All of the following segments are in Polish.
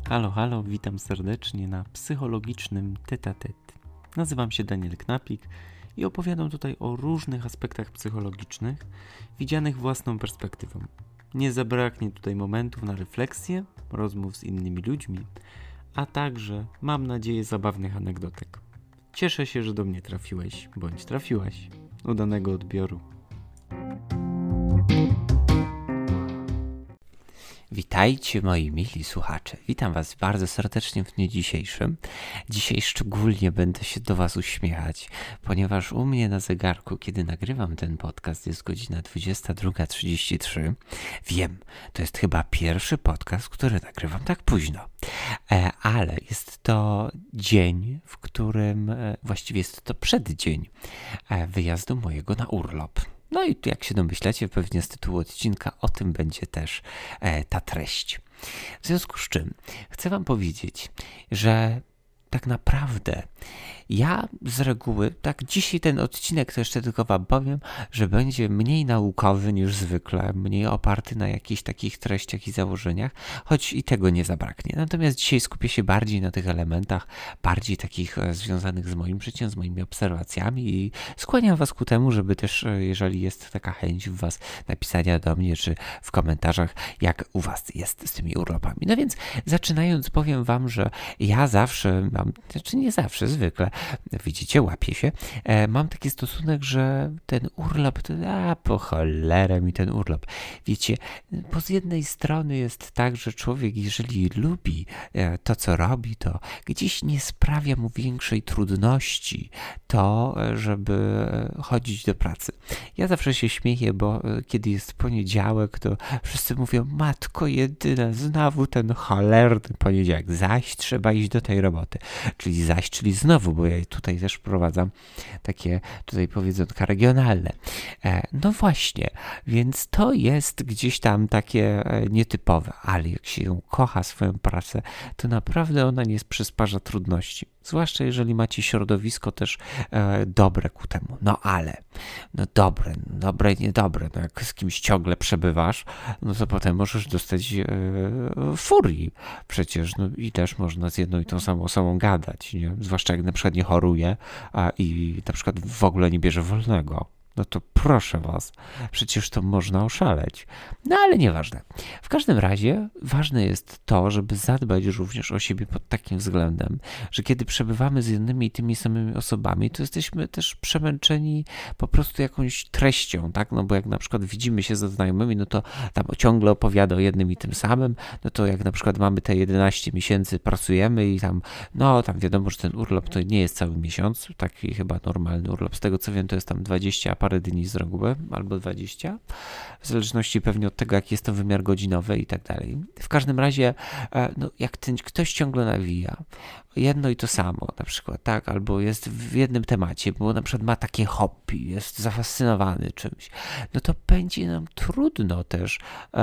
Halo, halo, witam serdecznie na psychologicznym tete-a-tete. Nazywam się Daniel Knapik i opowiadam tutaj o różnych aspektach psychologicznych, widzianych własną perspektywą. Nie zabraknie tutaj momentów na refleksję, rozmów z innymi ludźmi, a także, mam nadzieję, zabawnych anegdotek. Cieszę się, że do mnie trafiłeś, bądź trafiłaś. Udanego odbioru. Witajcie moi mili słuchacze, witam was bardzo serdecznie w dniu dzisiejszym. Dzisiaj szczególnie będę się do was uśmiechać, ponieważ u mnie na zegarku, kiedy nagrywam ten podcast, jest godzina 22:33. Wiem, to jest chyba pierwszy podcast, który nagrywam tak późno, ale jest to dzień, w którym, właściwie jest to przeddzień wyjazdu mojego na urlop. No i jak się domyślacie, pewnie z tytułu odcinka o tym będzie też ta treść. W związku z czym chcę wam powiedzieć, że tak naprawdę ja z reguły, tak dzisiaj ten odcinek to jeszcze tylko wam powiem, że będzie mniej naukowy niż zwykle, mniej oparty na jakichś takich treściach i założeniach, choć i tego nie zabraknie. Natomiast dzisiaj skupię się bardziej na tych elementach, bardziej takich związanych z moim życiem, z moimi obserwacjami i skłaniam was ku temu, żeby też, jeżeli jest taka chęć w was, napisania do mnie, czy w komentarzach, jak u was jest z tymi urlopami. No więc zaczynając powiem wam, że ja zawsze mam, znaczy nie zawsze, zwykle, widzicie, łapię się, mam taki stosunek, że ten urlop, to po cholerę mi ten urlop. Wiecie, bo z jednej strony jest tak, że człowiek, jeżeli lubi to, co robi, to gdzieś nie sprawia mu większej trudności to, żeby chodzić do pracy. Ja zawsze się śmieję, bo kiedy jest poniedziałek, to wszyscy mówią, matko jedyna, znowu ten cholerny poniedziałek, zaś trzeba iść do tej roboty. Czyli znowu, bo ja tutaj też wprowadzam takie tutaj powiedzonka regionalne. No właśnie, więc to jest gdzieś tam takie nietypowe, ale jak się kocha swoją pracę, to naprawdę ona nie przysparza trudności. Zwłaszcza jeżeli macie środowisko też dobre ku temu. No ale, no dobre i niedobre. No jak z kimś ciągle przebywasz, no to potem możesz dostać furii. Przecież, no i też można z jedną i tą samą osobą gadać, nie? Zwłaszcza jak na przykład nie choruje i na przykład w ogóle nie bierze wolnego. No to proszę was, przecież to można oszaleć. No ale nieważne. W każdym razie ważne jest to, żeby zadbać również o siebie pod takim względem, że kiedy przebywamy z jednymi i tymi samymi osobami, to jesteśmy też przemęczeni po prostu jakąś treścią, tak? No bo jak na przykład widzimy się ze znajomymi, no to tam ciągle opowiada o jednym i tym samym, no to jak na przykład mamy te 11 miesięcy, pracujemy i tam, no tam wiadomo, że ten urlop to nie jest cały miesiąc, taki chyba normalny urlop, z tego co wiem, to jest tam 20 parę dni z reguły, albo 20, w zależności pewnie od tego, jaki jest to wymiar godzinowy i tak dalej. W każdym razie, no, jak ktoś ciągle nawija, jedno i to samo na przykład, tak, albo jest w jednym temacie, bo na przykład ma takie hobby, jest zafascynowany czymś, no to będzie nam trudno też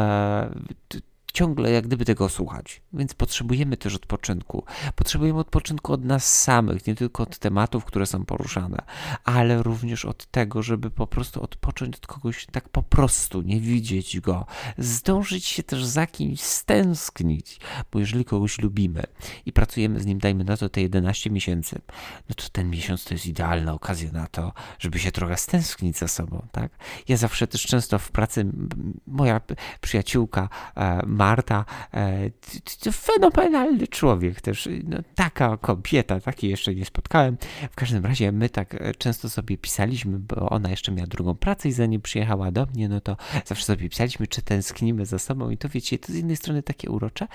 ciągle jak gdyby tego słuchać, więc potrzebujemy też odpoczynku. Potrzebujemy odpoczynku od nas samych, nie tylko od tematów, które są poruszane, ale również od tego, żeby po prostu odpocząć od kogoś tak po prostu, nie widzieć go, zdążyć się też za kimś stęsknić, bo jeżeli kogoś lubimy i pracujemy z nim, dajmy na to te 11 miesięcy, no to ten miesiąc to jest idealna okazja na to, żeby się trochę stęsknić za sobą, tak? Ja zawsze też często w pracy, moja przyjaciółka Marta, to fenomenalny człowiek też, no, taka kobieta, takiej jeszcze nie spotkałem. W każdym razie my tak często sobie pisaliśmy, bo ona jeszcze miała drugą pracę i zanim przyjechała do mnie, no to zawsze sobie pisaliśmy, czy tęsknimy za sobą i to wiecie, to z jednej strony takie urocze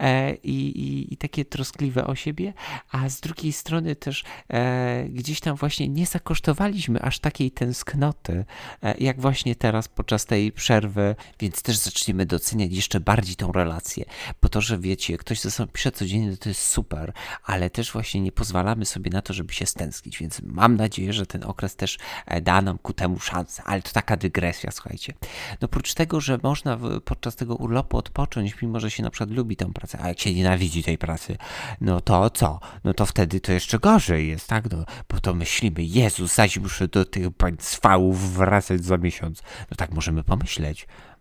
i takie troskliwe o siebie, a z drugiej strony też gdzieś tam właśnie nie zakosztowaliśmy aż takiej tęsknoty, jak właśnie teraz podczas tej przerwy, więc też zaczniemy doceniać jeszcze bardziej tą relację, bo to, że wiecie, ktoś ze sobą pisze codziennie, to jest super, ale też właśnie nie pozwalamy sobie na to, żeby się stęsknić, więc mam nadzieję, że ten okres też da nam ku temu szansę, ale to taka dygresja, słuchajcie. No oprócz tego, że można podczas tego urlopu odpocząć, mimo że się na przykład lubi tę pracę, a jak się nienawidzi tej pracy, no to co? No to wtedy to jeszcze gorzej jest, tak? No, bo to myślimy, Jezu, zaś muszę do tych państwałów wracać za miesiąc. No tak możemy pomyśleć.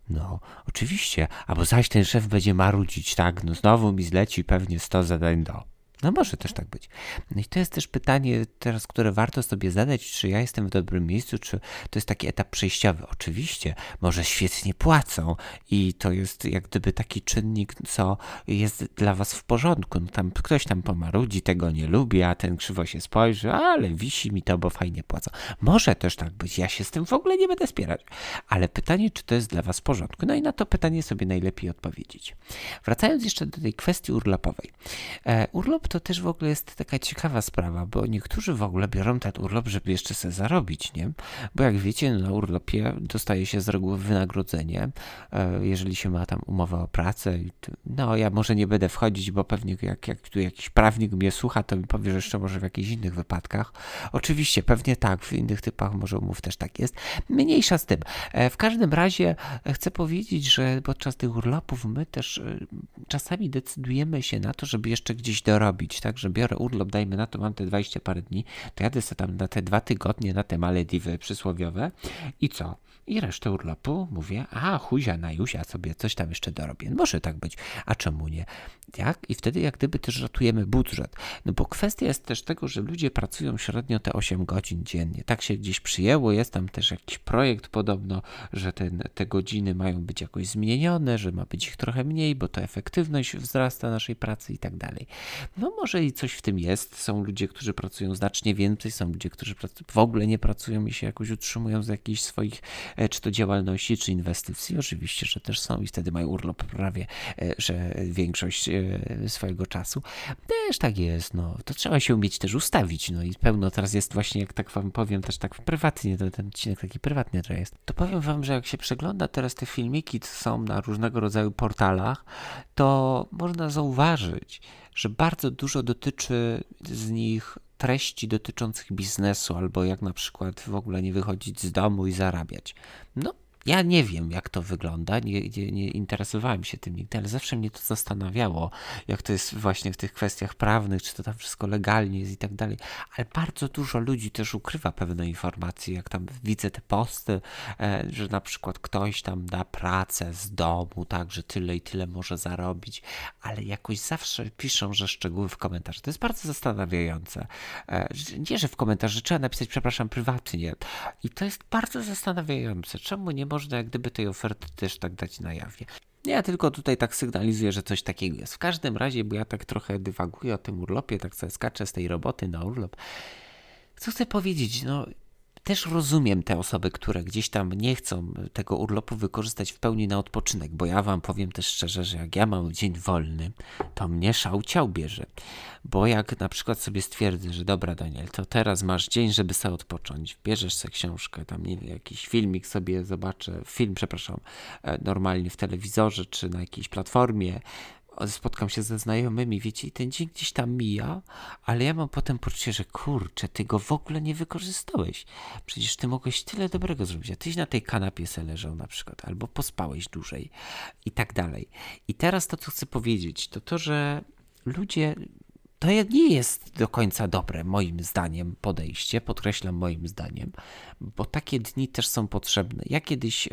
No, oczywiście. Albo zaś ten szef będzie marudzić, tak? No znowu mi zleci pewnie 100 zadań do. No może też tak być. No i to jest też pytanie teraz, które warto sobie zadać, czy ja jestem w dobrym miejscu, czy to jest taki etap przejściowy. Oczywiście, może świetnie płacą i to jest jak gdyby taki czynnik, co jest dla was w porządku. No tam ktoś tam pomarudzi, tego nie lubi, a ten krzywo się spojrzy, ale wisi mi to, bo fajnie płacą. Może też tak być, ja się z tym w ogóle nie będę spierać. Ale pytanie, czy to jest dla was w porządku? No i na to pytanie sobie najlepiej odpowiedzieć. Wracając jeszcze do tej kwestii urlopowej. Urlop to też w ogóle jest taka ciekawa sprawa, bo niektórzy w ogóle biorą ten urlop, żeby jeszcze sobie zarobić, nie? Bo jak wiecie, na urlopie dostaje się z reguły wynagrodzenie, jeżeli się ma tam umowę o pracę. No ja może nie będę wchodzić, bo pewnie jak tu jakiś prawnik mnie słucha, to mi powie, że jeszcze może w jakichś innych wypadkach. Oczywiście, pewnie tak, w innych typach może umów też tak jest. Mniejsza z tym. W każdym razie chcę powiedzieć, że podczas tych urlopów my też czasami decydujemy się na to, żeby jeszcze gdzieś dorobić, tak, że biorę urlop, dajmy na to, mam te 20 parę dni, to jadę sobie tam na te 2 tygodnie na te Malediwy przysłowiowe i co? I resztę urlopu mówię, huzia na juzia sobie coś tam jeszcze dorobię. Może tak być, a czemu nie? Jak? I wtedy jak gdyby też ratujemy budżet. No bo kwestia jest też tego, że ludzie pracują średnio te 8 godzin dziennie. Tak się gdzieś przyjęło, jest tam też jakiś projekt podobno, że te godziny mają być jakoś zmienione, że ma być ich trochę mniej, bo to efektywność wzrasta naszej pracy i tak dalej. No może i coś w tym jest. Są ludzie, którzy pracują znacznie więcej, są ludzie, którzy w ogóle nie pracują i się jakoś utrzymują z jakichś swoich czy to działalności, czy inwestycji. Oczywiście, że też są i wtedy mają urlop prawie, że większość swojego czasu. Też tak jest, no. To trzeba się umieć też ustawić, no i pełno teraz jest właśnie, jak tak wam powiem, też tak prywatnie, to ten odcinek taki prywatny to jest. To powiem wam, że jak się przegląda teraz te filmiki, co są na różnego rodzaju portalach, to można zauważyć, że bardzo dużo dotyczy z nich treści dotyczących biznesu, albo jak na przykład w ogóle nie wychodzić z domu i zarabiać. No, ja nie wiem, jak to wygląda, nie interesowałem się tym nigdy, ale zawsze mnie to zastanawiało, jak to jest właśnie w tych kwestiach prawnych, czy to tam wszystko legalnie jest i tak dalej, ale bardzo dużo ludzi też ukrywa pewne informacje, jak tam widzę te posty, że na przykład ktoś tam da pracę z domu, tak, że tyle i tyle może zarobić, ale jakoś zawsze piszą, że szczegóły w komentarzu. To jest bardzo zastanawiające. Nie, że w komentarzu trzeba napisać, przepraszam, prywatnie. I to jest bardzo zastanawiające. Czemu nie można jak gdyby tej oferty też tak dać na jawie? Ja tylko tutaj tak sygnalizuję, że coś takiego jest. W każdym razie, bo ja tak trochę dywaguję o tym urlopie, tak sobie skaczę z tej roboty na urlop. Co chcę powiedzieć? No, też rozumiem te osoby, które gdzieś tam nie chcą tego urlopu wykorzystać w pełni na odpoczynek, bo ja wam powiem też szczerze, że jak ja mam dzień wolny, to mnie szał ciał bierze. Bo jak na przykład sobie stwierdzę, że dobra Daniel, to teraz masz dzień, żeby sobie odpocząć, bierzesz sobie książkę, tam nie wiem, jakiś filmik sobie zobaczę, normalnie w telewizorze czy na jakiejś platformie, spotkam się ze znajomymi, wiecie, i ten dzień gdzieś tam mija, ale ja mam potem poczucie, że kurczę, ty go w ogóle nie wykorzystałeś. Przecież ty mogłeś tyle dobrego zrobić, a tyś na tej kanapie se leżał na przykład, albo pospałeś dłużej i tak dalej. I teraz to, co chcę powiedzieć, to, że ludzie... To nie jest do końca dobre, moim zdaniem, podejście, podkreślam moim zdaniem, bo takie dni też są potrzebne. Ja kiedyś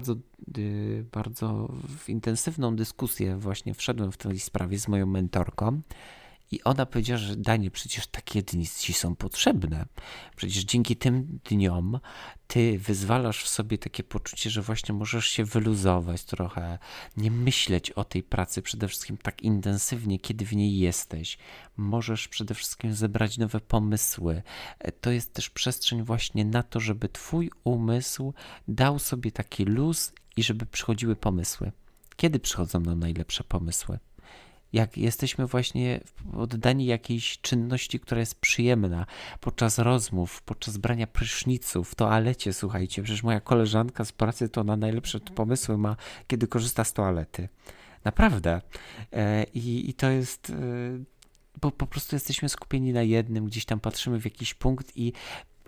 bardzo w intensywną dyskusję właśnie wszedłem w tej sprawie z moją mentorką i ona powiedziała, że Daniel, przecież takie dni ci są potrzebne. Przecież dzięki tym dniom ty wyzwalasz w sobie takie poczucie, że właśnie możesz się wyluzować trochę, nie myśleć o tej pracy przede wszystkim tak intensywnie, kiedy w niej jesteś. Możesz przede wszystkim zebrać nowe pomysły. To jest też przestrzeń właśnie na to, żeby twój umysł dał sobie taki luz i żeby przychodziły pomysły. Kiedy przychodzą nam najlepsze pomysły? Jak jesteśmy właśnie oddani jakiejś czynności, która jest przyjemna, podczas rozmów, podczas brania prysznicu, w toalecie, słuchajcie, przecież moja koleżanka z pracy to ona najlepsze pomysły ma, kiedy korzysta z toalety. Naprawdę. I to jest... Bo po prostu jesteśmy skupieni na jednym, gdzieś tam patrzymy w jakiś punkt i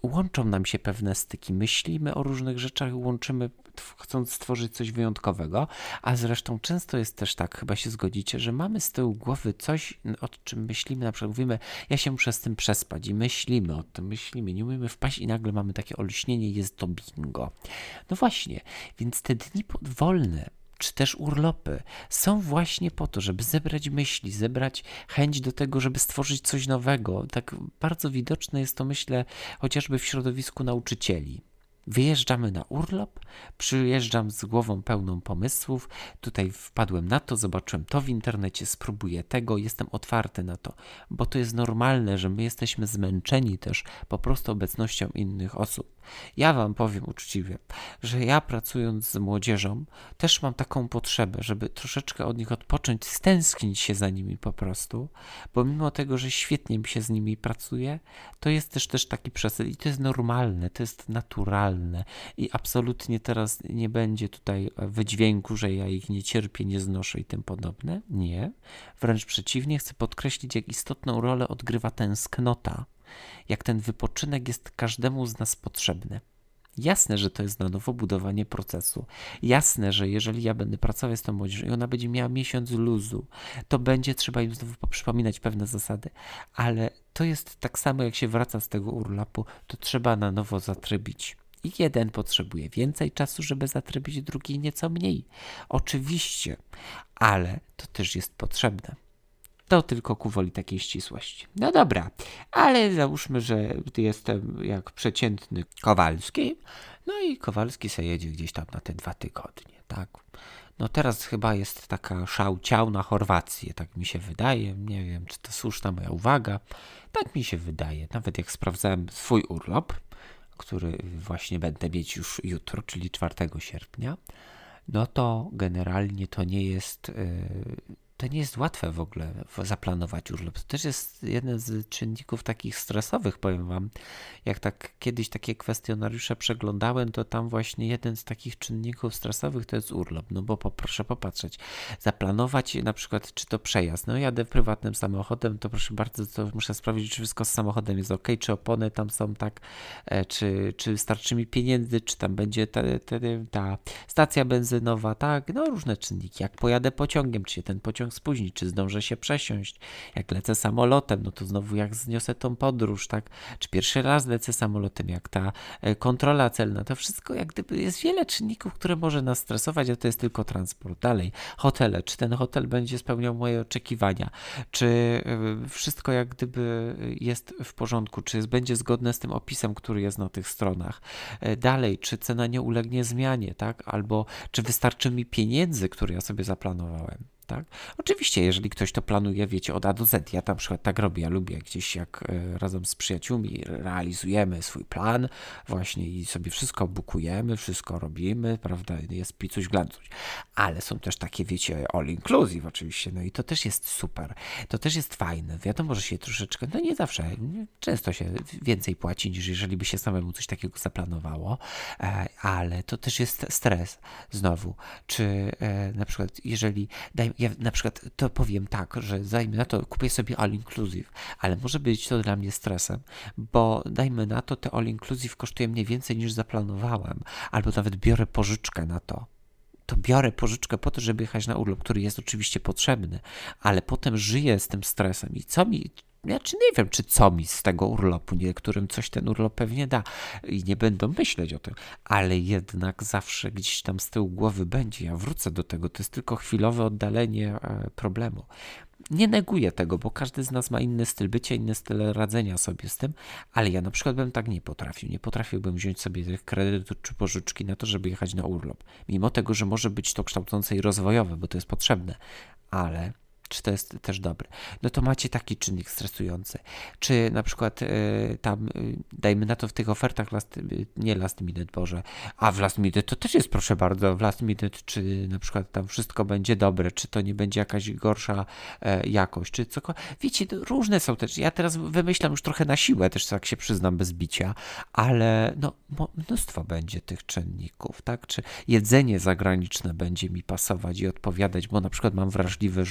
łączą nam się pewne styki. Myślimy o różnych rzeczach, łączymy, chcąc stworzyć coś wyjątkowego, a zresztą często jest też tak, chyba się zgodzicie, że mamy z tyłu głowy coś, o czym myślimy, na przykład mówimy, ja się muszę z tym przespać i myślimy o tym, nie umiemy wpaść i nagle mamy takie olśnienie, jest to bingo. No właśnie, więc te dni wolne, czy też urlopy są właśnie po to, żeby zebrać myśli, zebrać chęć do tego, żeby stworzyć coś nowego. Tak bardzo widoczne jest to, myślę, chociażby w środowisku nauczycieli. Wyjeżdżamy na urlop, przyjeżdżam z głową pełną pomysłów, tutaj wpadłem na to, zobaczyłem to w internecie, spróbuję tego, jestem otwarty na to, bo to jest normalne, że my jesteśmy zmęczeni też po prostu obecnością innych osób. Ja wam powiem uczciwie, że ja pracując z młodzieżą też mam taką potrzebę, żeby troszeczkę od nich odpocząć, stęsknić się za nimi po prostu, bo mimo tego, że świetnie mi się z nimi pracuje, to jest też taki przesył i to jest normalne, to jest naturalne i absolutnie teraz nie będzie tutaj wydźwięku, że ja ich nie cierpię, nie znoszę i tym podobne. Nie, wręcz przeciwnie, chcę podkreślić, jak istotną rolę odgrywa tęsknota, jak ten wypoczynek jest każdemu z nas potrzebny. Jasne, że to jest na nowo budowanie procesu. Jasne, że jeżeli ja będę pracować z tą młodzieżą i ona będzie miała miesiąc luzu, to będzie trzeba im znowu przypominać pewne zasady, ale to jest tak samo, jak się wraca z tego urlopu, to trzeba na nowo zatrybić. I jeden potrzebuje więcej czasu, żeby zatrybić, drugi nieco mniej. Oczywiście, ale to też jest potrzebne. To tylko ku woli takiej ścisłości. No dobra, ale załóżmy, że jestem jak przeciętny Kowalski, no i Kowalski sobie jedzie gdzieś tam na te 2 tygodnie, tak? No teraz chyba jest taka szał-ciał na Chorwację, tak mi się wydaje, nie wiem, czy to słuszna moja uwaga, tak mi się wydaje, nawet jak sprawdzałem swój urlop, który właśnie będę mieć już jutro, czyli 4 sierpnia, no to generalnie to nie jest łatwe w ogóle zaplanować urlop. To też jest jeden z czynników takich stresowych, powiem wam. Jak tak kiedyś takie kwestionariusze przeglądałem, to tam właśnie jeden z takich czynników stresowych to jest urlop. No bo proszę popatrzeć, zaplanować na przykład, czy to przejazd. No jadę prywatnym samochodem, to proszę bardzo, to muszę sprawdzić, czy wszystko z samochodem jest ok, czy opony tam są tak, czy starczy mi pieniędzy, czy tam będzie ta stacja benzynowa, tak, no różne czynniki. Jak pojadę pociągiem, czy się ten pociąg spóźni, czy zdążę się przesiąść. Jak lecę samolotem, no to znowu jak zniosę tą podróż, tak? Czy pierwszy raz lecę samolotem, jak ta kontrola celna, to wszystko jak gdyby jest wiele czynników, które może nas stresować, a to jest tylko transport. Dalej, hotele, czy ten hotel będzie spełniał moje oczekiwania, czy wszystko jak gdyby jest w porządku, czy będzie zgodne z tym opisem, który jest na tych stronach. Dalej, czy cena nie ulegnie zmianie, tak? Albo czy wystarczy mi pieniędzy, które ja sobie zaplanowałem. Tak? Oczywiście, jeżeli ktoś to planuje, wiecie, od A do Z, ja na przykład tak robię, ja lubię gdzieś jak razem z przyjaciółmi realizujemy swój plan właśnie i sobie wszystko bukujemy, wszystko robimy, prawda, jest picuś, glancuś, ale są też takie, wiecie, all inclusive oczywiście, no i to też jest super, to też jest fajne, wiadomo, że się troszeczkę, no nie zawsze, często się więcej płaci, niż jeżeli by się samemu coś takiego zaplanowało, ale to też jest stres, znowu, czy na przykład, jeżeli ja na przykład to powiem tak, że dajmy na to, kupię sobie all inclusive, ale może być to dla mnie stresem, bo dajmy na to, te all inclusive kosztuje mnie więcej niż zaplanowałem, albo nawet biorę pożyczkę na to. To biorę pożyczkę po to, żeby jechać na urlop, który jest oczywiście potrzebny, ale potem żyję z tym stresem i ja nie wiem, czy co mi z tego urlopu, niektórym coś ten urlop pewnie da i nie będą myśleć o tym, ale jednak zawsze gdzieś tam z tyłu głowy będzie, ja wrócę do tego, to jest tylko chwilowe oddalenie problemu. Nie neguję tego, bo każdy z nas ma inny styl bycia, inny styl radzenia sobie z tym, ale ja na przykład bym tak nie potrafił. Nie potrafiłbym wziąć sobie kredytu czy pożyczki na to, żeby jechać na urlop. Mimo tego, że może być to kształcące i rozwojowe, bo to jest potrzebne, ale czy to jest też dobre? No to macie taki czynnik stresujący. Czy na przykład tam, dajmy na to w tych ofertach nie last minute, Boże, a w last minute to też jest, proszę bardzo, w last minute, czy na przykład tam wszystko będzie dobre, czy to nie będzie jakaś gorsza jakość, czy cokolwiek. Wiecie, różne są też, ja teraz wymyślam już trochę na siłę, też tak się przyznam bez bicia, ale no mnóstwo będzie tych czynników, tak? Czy jedzenie zagraniczne będzie mi pasować i odpowiadać, bo na przykład mam wrażliwy żołądek,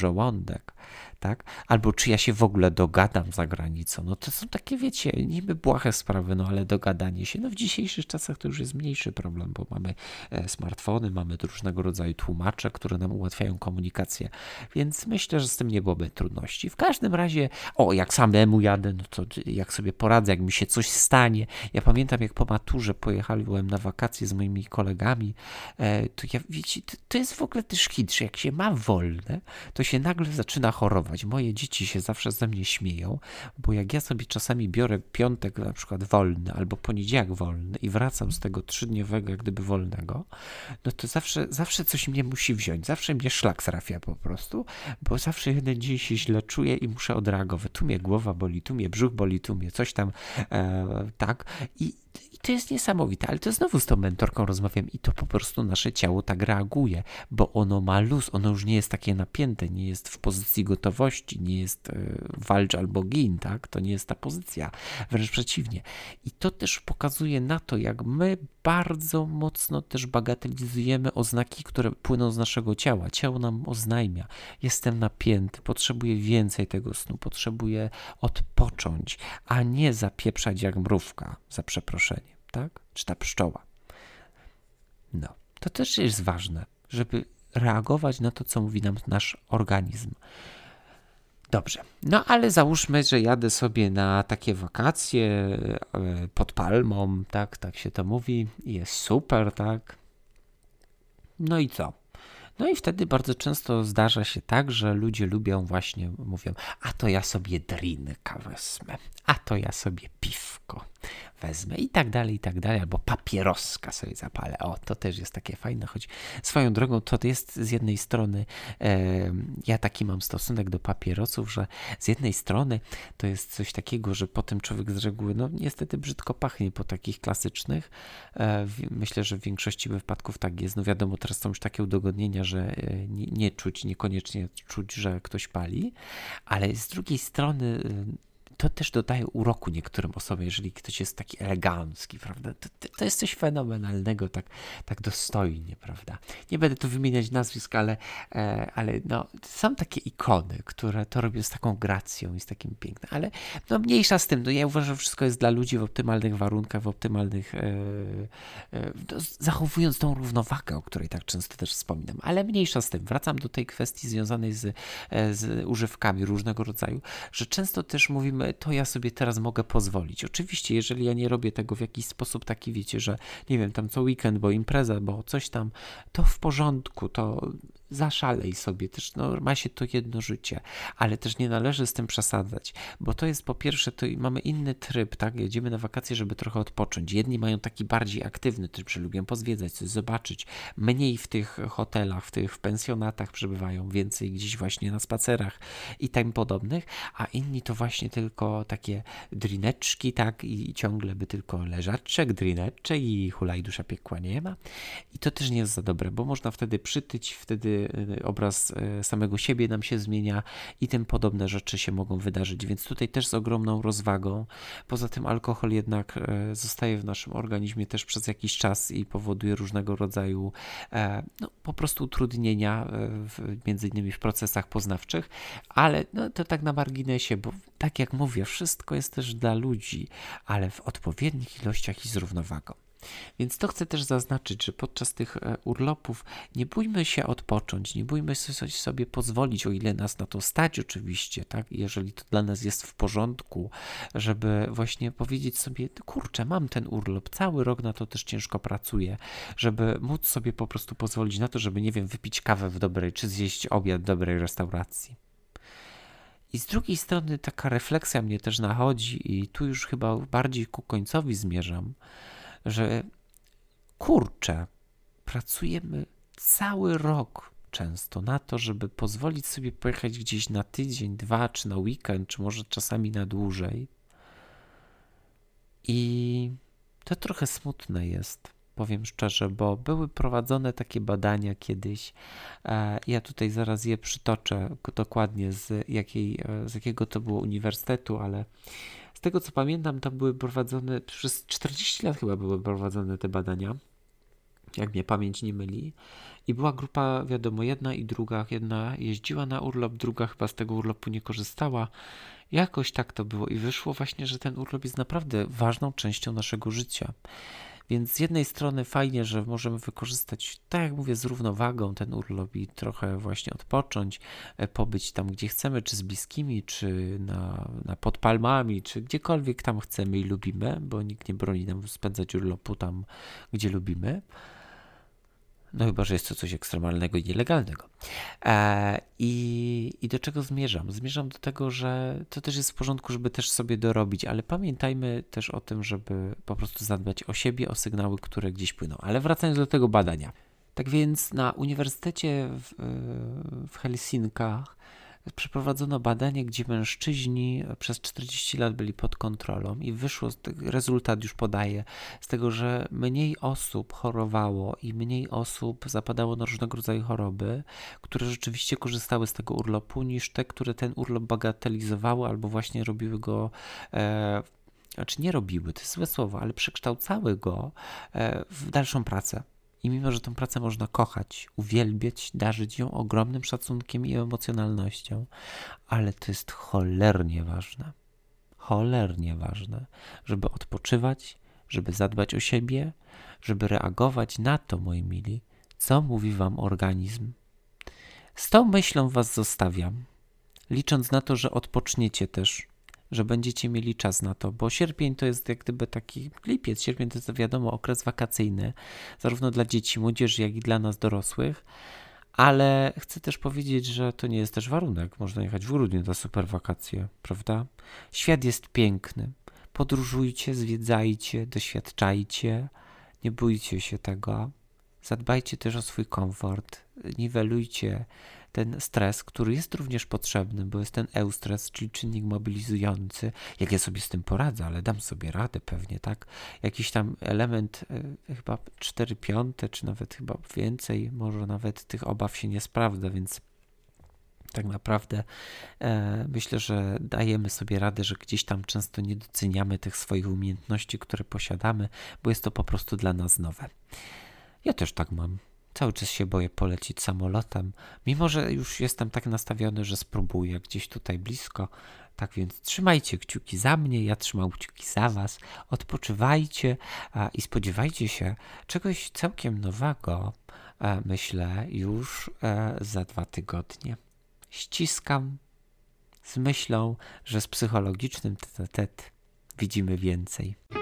żołądek, tak? Albo czy ja się w ogóle dogadam za granicą. No to są takie, wiecie, niby błahe sprawy, no ale dogadanie się, no w dzisiejszych czasach to już jest mniejszy problem, bo mamy smartfony, mamy różnego rodzaju tłumacze, które nam ułatwiają komunikację, więc myślę, że z tym nie byłoby trudności. W każdym razie, jak samemu jadę, no to jak sobie poradzę, jak mi się coś stanie. Ja pamiętam, jak po maturze pojechałem na wakacje z moimi kolegami, to ja, wiecie, to jest w ogóle też hit, że jak się ma wolne, to się nagle zaczyna chorować. Moje dzieci się zawsze ze mnie śmieją, bo jak ja sobie czasami biorę piątek na przykład wolny, albo poniedziałek wolny i wracam z tego 3-dniowego jak gdyby wolnego, no to zawsze coś mnie musi wziąć, zawsze mnie szlak trafia po prostu, bo zawsze jeden dzień się źle czuję i muszę odreagować. Tu mnie głowa boli, tu mnie brzuch boli, tu mnie coś tam, tak. I to jest niesamowite, ale to znowu z tą mentorką rozmawiam i to po prostu nasze ciało tak reaguje, bo ono ma luz, ono już nie jest takie napięte, nie jest w pozycji gotowości, nie jest walcz albo gin, tak? To nie jest ta pozycja, wręcz przeciwnie. I to też pokazuje na to, jak my bardzo mocno też bagatelizujemy oznaki, które płyną z naszego ciała. Ciało nam oznajmia, jestem napięty, potrzebuję więcej tego snu, potrzebuję odpocząć, a nie zapieprzać jak mrówka, za przeproszeniem, tak? Czy ta pszczoła. No, to też jest ważne, żeby reagować na to, co mówi nam nasz organizm. Dobrze, no ale załóżmy, że jadę sobie na takie wakacje pod palmą, tak się to mówi, jest super, tak? No i co? No i wtedy bardzo często zdarza się tak, że ludzie mówią, a to ja sobie drinka wezmę, a to ja sobie piwko wezmę i tak dalej, albo papieroska sobie zapalę. To też jest takie fajne, choć swoją drogą to jest z jednej strony, ja taki mam stosunek do papierosów, że z jednej strony to jest coś takiego, że potem człowiek z reguły, no niestety brzydko pachnie po takich klasycznych. Myślę, że w większości wypadków tak jest. No wiadomo, teraz są już takie udogodnienia, że niekoniecznie czuć, że ktoś pali, ale z drugiej strony to też dodaje uroku niektórym osobom, jeżeli ktoś jest taki elegancki, prawda? To jest coś fenomenalnego, tak dostojnie, prawda? Nie będę tu wymieniać nazwisk, ale no, są takie ikony, które to robią z taką gracją i z takim pięknem, ale no mniejsza z tym. No, ja uważam, że wszystko jest dla ludzi w optymalnych warunkach, w optymalnych, zachowując tą równowagę, o której tak często też wspominam, ale mniejsza z tym. Wracam do tej kwestii związanej z używkami różnego rodzaju, że często też mówimy, to ja sobie teraz mogę pozwolić. Oczywiście, jeżeli ja nie robię tego w jakiś sposób taki, wiecie, że nie wiem, tam co weekend, bo impreza, bo coś tam, to w porządku, to zaszalej sobie, też no, ma się to jedno życie, ale też nie należy z tym przesadzać, bo to jest po pierwsze, to mamy inny tryb, tak, jedziemy na wakacje, żeby trochę odpocząć. Jedni mają taki bardziej aktywny tryb, że lubią pozwiedzać, coś zobaczyć, mniej w tych hotelach, w pensjonatach przebywają, więcej gdzieś właśnie na spacerach i tym podobnych, a inni to właśnie tylko takie drineczki, tak, i ciągle by tylko leżaczek, drineczek i hulaj dusza piekła nie ma. I to też nie jest za dobre, bo można wtedy przytyć, wtedy obraz samego siebie nam się zmienia i tym podobne rzeczy się mogą wydarzyć, więc tutaj też z ogromną rozwagą. Poza tym alkohol jednak zostaje w naszym organizmie też przez jakiś czas i powoduje różnego rodzaju no, po prostu utrudnienia, między innymi w procesach poznawczych, ale no, to tak na marginesie, bo tak jak mówię, wszystko jest też dla ludzi, ale w odpowiednich ilościach i z równowagą. Więc to chcę też zaznaczyć, że podczas tych urlopów nie bójmy się odpocząć, nie bójmy sobie pozwolić, o ile nas na to stać oczywiście, tak? Jeżeli to dla nas jest w porządku, żeby właśnie powiedzieć sobie, kurczę, mam ten urlop, cały rok na to też ciężko pracuję, żeby móc sobie po prostu pozwolić na to, żeby, nie wiem, wypić kawę w dobrej, czy zjeść obiad w dobrej restauracji. I z drugiej strony taka refleksja mnie też nachodzi i tu już chyba bardziej ku końcowi zmierzam, że kurczę, pracujemy cały rok często na to, żeby pozwolić sobie pojechać gdzieś na tydzień, 2, czy na weekend, czy może czasami na dłużej. I to trochę smutne jest, powiem szczerze, bo były prowadzone takie badania kiedyś. Ja tutaj zaraz je przytoczę dokładnie z jakiego to było uniwersytetu, ale z tego co pamiętam, to były prowadzone przez 40 lat chyba były prowadzone te badania. jak mnie pamięć nie myli. I była grupa, wiadomo, jedna i druga. Jedna jeździła na urlop, druga chyba z tego urlopu nie korzystała. Jakoś tak to było i wyszło właśnie, że ten urlop jest naprawdę ważną częścią naszego życia. Więc z jednej strony fajnie, że możemy wykorzystać, tak jak mówię, z równowagą ten urlop i trochę właśnie odpocząć, pobyć tam, gdzie chcemy, czy z bliskimi, czy pod palmami, czy gdziekolwiek tam chcemy i lubimy, bo nikt nie broni nam spędzać urlopu tam, gdzie lubimy. No chyba, że jest to coś ekstremalnego i nielegalnego. I do czego zmierzam? Zmierzam do tego, że to też jest w porządku, żeby też sobie dorobić, ale pamiętajmy też o tym, żeby po prostu zadbać o siebie, o sygnały, które gdzieś płyną. Ale wracając do tego badania. Tak więc na Uniwersytecie w Helsinkach przeprowadzono badanie, gdzie mężczyźni przez 40 lat byli pod kontrolą i wyszło, rezultat już podaje, z tego, że mniej osób chorowało i mniej osób zapadało na różnego rodzaju choroby, które rzeczywiście korzystały z tego urlopu, niż te, które ten urlop bagatelizowały albo właśnie robiły go, znaczy nie robiły, to jest złe słowo, ale przekształcały go w dalszą pracę. I mimo, że tę pracę można kochać, uwielbiać, darzyć ją ogromnym szacunkiem i emocjonalnością, ale to jest cholernie ważne, żeby odpoczywać, żeby zadbać o siebie, żeby reagować na to, moi mili, co mówi wam organizm. Z tą myślą was zostawiam, licząc na to, że odpoczniecie też, że będziecie mieli czas na to, bo sierpień to jest jak gdyby taki lipiec, sierpień to jest wiadomo okres wakacyjny, zarówno dla dzieci, młodzieży, jak i dla nas dorosłych, ale chcę też powiedzieć, że to nie jest też warunek, można jechać w grudniu na super wakacje, prawda? Świat jest piękny, podróżujcie, zwiedzajcie, doświadczajcie, nie bójcie się tego, zadbajcie też o swój komfort, niwelujcie ten stres, który jest również potrzebny, bo jest ten eustres, czyli czynnik mobilizujący. Jak ja sobie z tym poradzę, ale dam sobie radę pewnie, tak? Jakiś tam element, chyba 4/5, czy nawet chyba więcej, może nawet tych obaw się nie sprawdza, więc tak naprawdę myślę, że dajemy sobie radę, że gdzieś tam często nie doceniamy tych swoich umiejętności, które posiadamy, bo jest to po prostu dla nas nowe. Ja też tak mam. Cały czas się boję polecieć samolotem, mimo że już jestem tak nastawiony, że spróbuję gdzieś tutaj blisko. Tak więc trzymajcie kciuki za mnie, ja trzymam kciuki za was, odpoczywajcie i spodziewajcie się czegoś całkiem nowego, myślę, już za 2 tygodnie. Ściskam z myślą, że z psychologicznym tete-a-tete widzimy więcej.